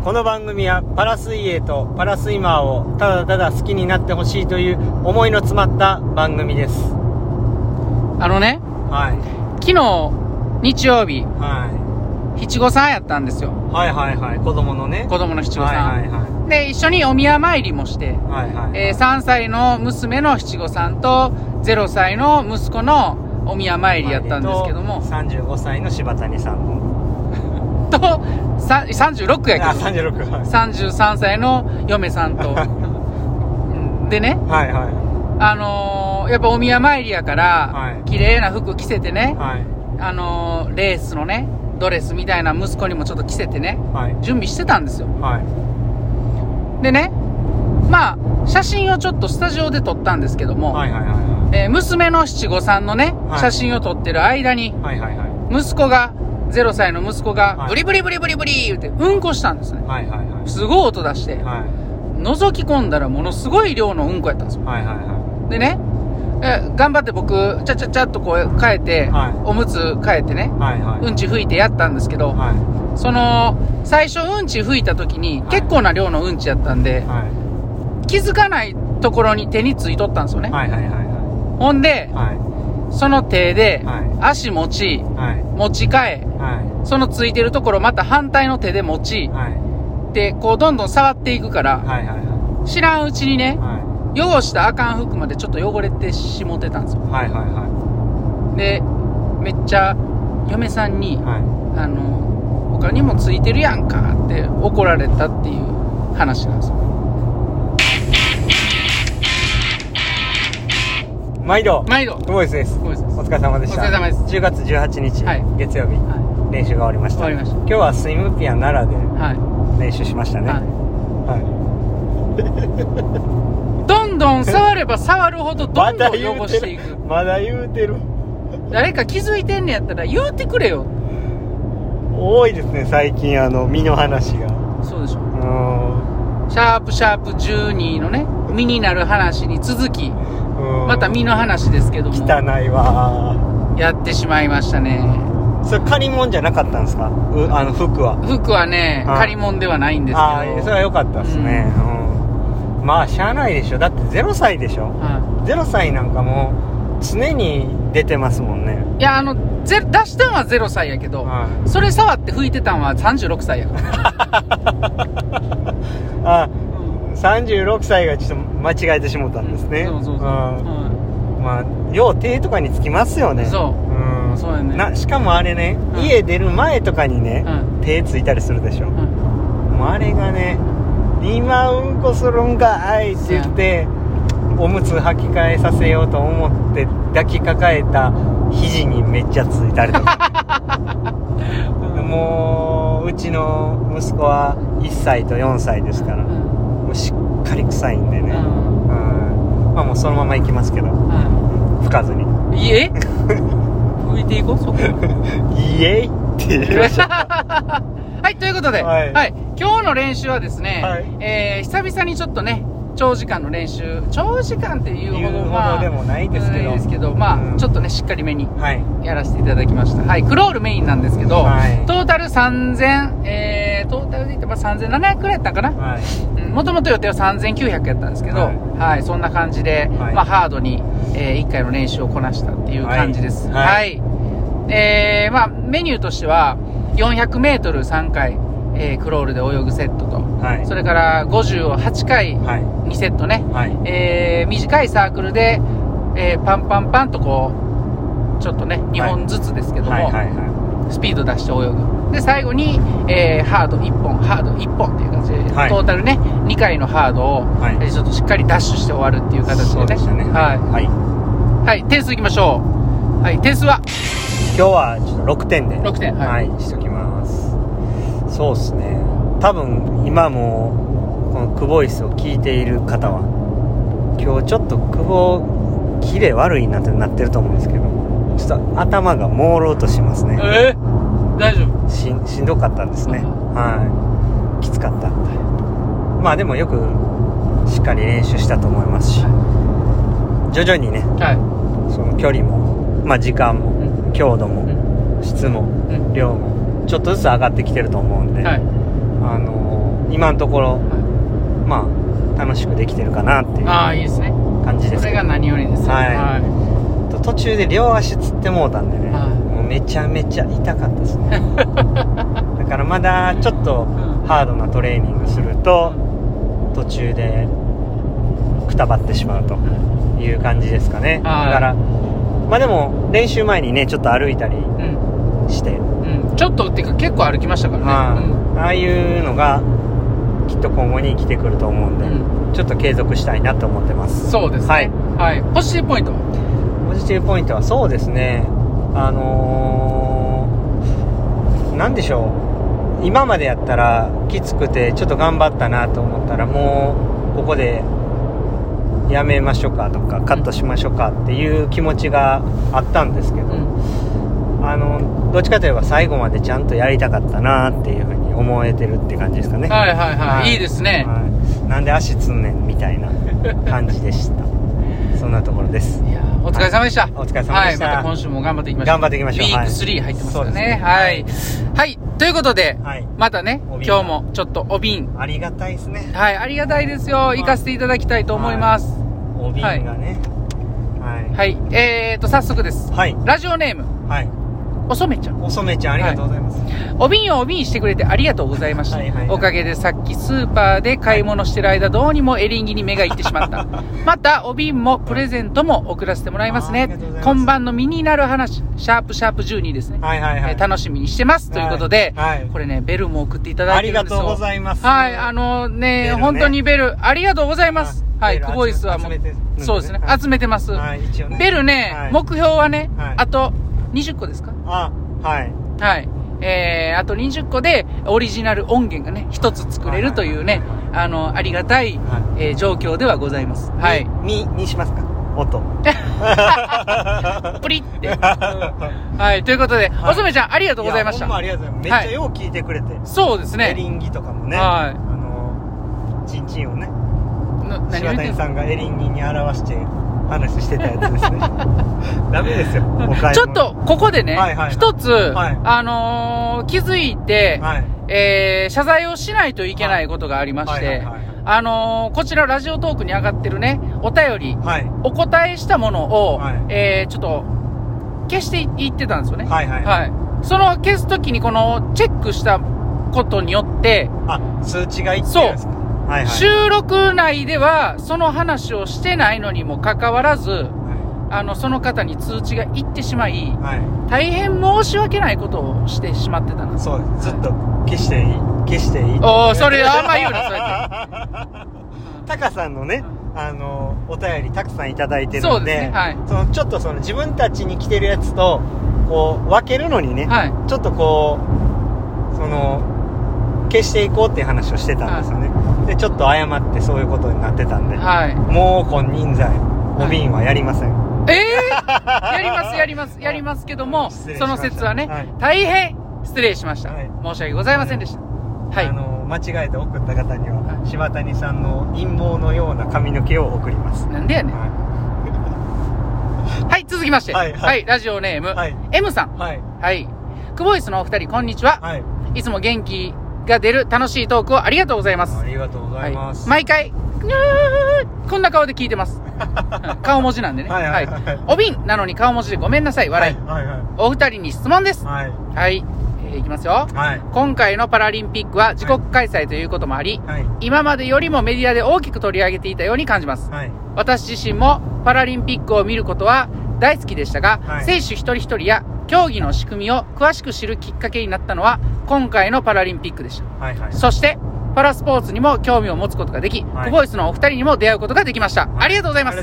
この番組はパラ水泳とパラスイマーをただただ好きになってほしいという思いの詰まった番組です。はい、 昨日日曜日、 はい、 七五三やったんですよ。 はいはいはい、子供の七五三、はいはいはい、 で一緒にお宮参りもして、 はいはい、 3歳の娘の七五三と0歳の息子のお宮参りやったんですけども、 35歳の柴谷さんのと36やけど、 36、はい、 33歳の嫁さんとでね、 はいはい、 やっぱお宮参りやから、 はい、 綺麗な服着せてね、 はい、 レースのねドレスみたいな息子にもちょっと着せてね、 はい、準備してたんですよ。 はい、 でね、まあ写真をちょっとスタジオで撮ったんですけども、 はいはいはいはい、 娘の七五三のね、 はい、写真を撮ってる間に、 はいはいはい、 息子が0歳の息子が、 はい、 ブリブリブリブリブリ言ってうんこしたんですね。 はいはいはい、 すごい音出して、 はい、 覗き込んだらものすごい量のうんこやったんですよ。 はいはいはい、 でね、頑張って僕ちゃちゃちゃっとこう変えて、はい、おむつ変えてね、はいはい、うんち拭いてやったんですけど、はい、最初うんち拭いた時に、はい、結構な量のうんちやったんで、はい、気づかないところに手についとったんですよね。はいはいはいはい、ほんで、はい、その手で、はい、足持ち、はい、持ち替え、はい、そのついてるところまた反対の手で持ち、はい、でこうどんどん触っていくから、はいはいはい、知らんうちにね、はい、汚したあかん服までちょっと汚れてしもてたんですよ。はいはいはい。でめっちゃ嫁さんに、はい、他にもついてるやんかって怒られたっていう話なんですよ。 毎度久保井です。お疲れ様でした。 お疲れ様です。 10月18日、はい、月曜日、はい、練習が終わりました。今日はスイムピア奈良で練習しましたね。はいはい、どんどん触れば触るほどどんどん汚していく。 まだ言うてる。 誰か気づいてんねやったら言うてくれよ。 多いですね最近身の話が。 そうでしょ。シャープ12のね身になる話に続き、また身の話ですけども、 汚いわやってしまいましたね。 それ借り物じゃなかったんですか？服はね、借り物ではないんですけど、 それは良かったですね、まあしゃあないでしょ。だって0歳でしょ、0歳なんかもう常に出てますもんね。 いや出したんは0歳やけど、それ触って拭いてたんは36歳やから 36歳がちょっと間違えてしもたんですね。そう、まあよう手とかにつきますよね。そうやね。しかもあれね、家出る前とかにね、手ついたりするでしょ、もうあれがね、今うんこするんかいって言っておむつ履き替えさせようと思って抱きかかえた肘にめっちゃついたりとかもううちの息子は1歳と4歳ですから、もうしっかり臭いんでね、まあもうそのまま行きますけど、拭かずに拭いていこうそこイエイって言いましたはい、ということで、はい、今日の練習はですね、はい、久々にちょっとね長時間の練習、長時間っていうほどでもないですけど、 まあちょっとねしっかりめにやらせていただきました。はい、クロールメインなんですけど、トータル3000、トータルで言ってば3700くらいやったかな。もともと予定は3900やったんですけど、はい、そんな感じで、まあハードに、1回の練習をこなしたっていう感じです。はい、まあメニューとしては400メートル3回、クロールで泳ぐセットと、それから50を8回2セットね、短いサークルで、パンパンパンとこうちょっとね2本ずつですけども、スピード出して泳ぐ。で最後に、ハード1本っていう感じで、トータルね2回のハードを、ちょっとしっかりダッシュして終わるっていう形でね。はい、点数いきましょう。はい、点数は今日はちょっと6点で 6点、 しときます。そうですね、多分今もこのクボイスを聞いている方は今日ちょっと久保キレ悪いなってなってると思うんですけど、ちょっと頭が朦朧としますね。 大丈夫？ しんどかったんですね。きつかった。まあでもよくしっかり練習したと思いますし、徐々にね、その距離も、まあ時間も、強度も、質も、量もちょっとずつ上がってきてると思うんで、 今のところ、まあ楽しくできてるかなっていういいですね感じです。 それが何よりですね。 途中で両足つってもうたんでね、もうめちゃめちゃ痛かったですねだからまだちょっとハードなトレーニングすると途中でくたばってしまうという感じですかね。だからまあでも練習前にねちょっと歩いたりして、 ちょっとっていうか結構歩きましたからね。 ああいうのがきっと今後に生きてくると思うんで、ちょっと継続したいなと思ってます。 そうですね。ポジティブポイントは？ ポジティブポイントはそうですね、なんでしょう、今までやったらきつくてちょっと頑張ったなと思ったらもうここでやめましょうかとかカットしましょうかっていう気持ちがあったんですけど、どっちかといえば最後までちゃんとやりたかったなっていうふうに思えてるって感じですかね。 いいですね、 なんで足つんねんみたいな感じでしたそんなところです。 いやお疲れ様でした、 お疲れ様でした。 また今週も頑張っていきましょう。 頑張っていきましょう。 ウィーク3入ってますからね。はいということで、またね今日もちょっとお瓶ありがたいですね。 ありがたいですよ。行かせていただきたいと思います。 お瓶がね、 早速です。ラジオネームおそめちゃん。 おそめちゃん、ありがとうございます。 お瓶をお瓶してくれてありがとうございました。おかげでさっきスーパーで買い物してる間、どうにもエリンギに目がいってしまった。またお瓶もプレゼントも送らせてもらいますね。今晩の身になる話、シャープ12ですね。楽しみにしてます。ということで、これね、ベルも送っていただいてるんですよ。 ありがとうございます。 本当にベル、ありがとうございます。クボイスはもう、そうですね、集めてます。ベルね、目標はね、あと20個ですか？あと20個でオリジナル音源がね一つ作れるというね、ありがたい、状況ではございます。 にしますか、音プリってということで、おそめちゃんありがとうございました。 ありがとうございます。めっちゃよう聞いてくれて。 そうですね、 エリンギとかもね、チンチンをね、柴谷さんがエリンギに表して話してたやつですねダメですよ、 ちょっとここでね、一つ、気づいて、謝罪をしないといけないことがありまして、こちらラジオトークに上がってるねお便り、お答えしたものを、ちょっと消していってたんですよね。その消すときにこのチェックしたことによって通知がいってるんですか？ 収録内ではその話をしてないのにもかかわらず、その方に通知がいってしまい、大変申し訳ないことをしてしまってたんです。 そうずっと消していいそれあんま言うな、そうやってタカさんのね、お便りたくさんいただいてるんで、ちょっとその自分たちに来てるやつとこう分けるのにね、ちょっとこうその消していこうっていう話をしてたんですよね。でちょっと謝ってそういうことになってたんで、もう金輪際お瓶はやりません。やりますけども、その説はね、大変失礼しました。申し訳ございませんでした。 間違えて送った方には、柴谷さんの陰謀のような髪の毛を送ります。 なんでやねん。続きまして、ラジオネーム、M さん。クボイスのお二人、こんにちは。いつも元気が出る楽しいトークをありがとうございます。 ありがとうございます。 毎回こんな顔で聞いてます顔文字なんでね。お瓶なのに顔文字でごめんなさい、笑い。お二人に質問です。いきますよ。今回のパラリンピックは自国開催ということもあり、今までよりもメディアで大きく取り上げていたように感じます。私自身もパラリンピックを見ることは大好きでしたが、選手一人一人や競技の仕組みを詳しく知るきっかけになったのは今回のパラリンピックでした。そしてパラスポーツにも興味を持つことができ、クボイスのお二人にも出会うことができました。ありがとうございます。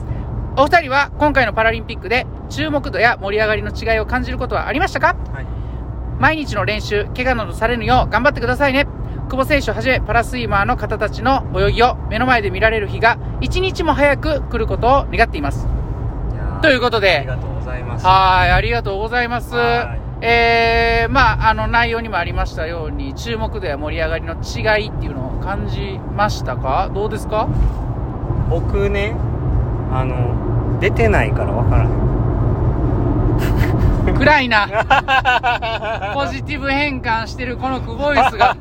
お二人は今回のパラリンピックで注目度や盛り上がりの違いを感じることはありましたか？毎日の練習、怪我などされぬよう頑張ってくださいね。久保選手をはじめパラスイマーの方たちの泳ぎを目の前で見られる日が一日も早く来ることを願っています。ということで、 ありがとうございます。 ありがとうございます。内容にもありましたように、注目度や盛り上がりの違いっていうのを感じましたか？どうですか？ 僕ね、出てないから分からない。 暗いなポジティブ変換してるこのクボイスが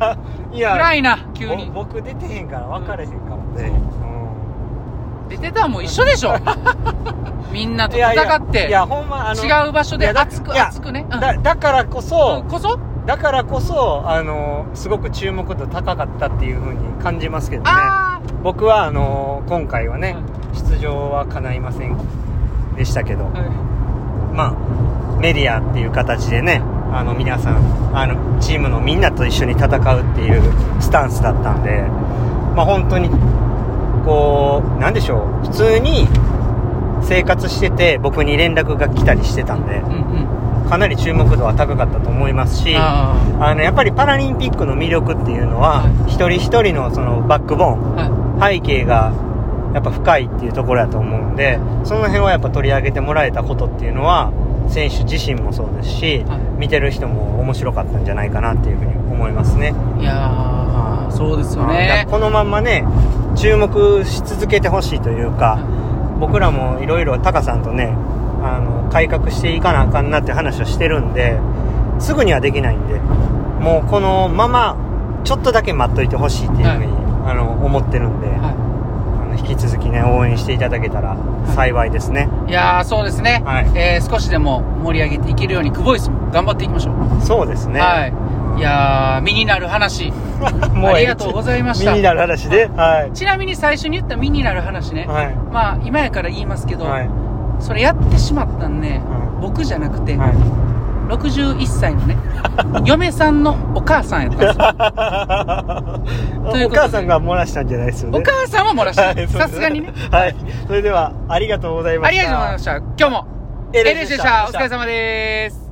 暗いな急に。 僕出てへんから分かれへんかもね、 出てたらもう一緒でしょみんなと戦って。 いやほんま違う場所で熱くね、 だからこそ、 だからこそすごく注目度高かったっていう風に感じますけどね。僕は今回はね、出場は叶いませんでしたけど、まあメディアっていう形でね、皆さんチームのみんなと一緒に戦うっていうスタンスだったんで、まあ本当にこうなんでしょう、普通に生活してて僕に連絡が来たりしてたんで、かなり注目度は高かったと思いますし、やっぱりパラリンピックの魅力っていうのは、一人一人のそのバックボーン、背景がやっぱ深いっていうところだと思うんで、その辺はやっぱ取り上げてもらえたことっていうのは選手自身もそうですし、見てる人も面白かったんじゃないかなっていうふうに思いますね。 いやー、そうですよね。 このまんまね注目し続けてほしいというか、僕らもいろいろタカさんとね改革していかなあかんなって話をしてるんで、すぐにはできないんで、もうこのままちょっとだけ待っといてほしいっていうふうに、思ってるんで、引き続きね応援していただけたら幸いですね。 いやーそうですね、少しでも盛り上げていけるようにクボイスも頑張っていきましょう。 そうですね、 いやー身になる話もうありがとうございました。 身になる話で、 ちなみに最初に言った身になる話ね、まあ今やから言いますけど、それやってしまったんね、僕じゃなくて、61歳のね嫁さんのお母さんやったんですよお母さんが漏らしたんじゃないですよね。 お母さんは漏らした、さすがにね。 それではありがとうございました。 ありがとうございました。今日も LH でした。お疲れ様です。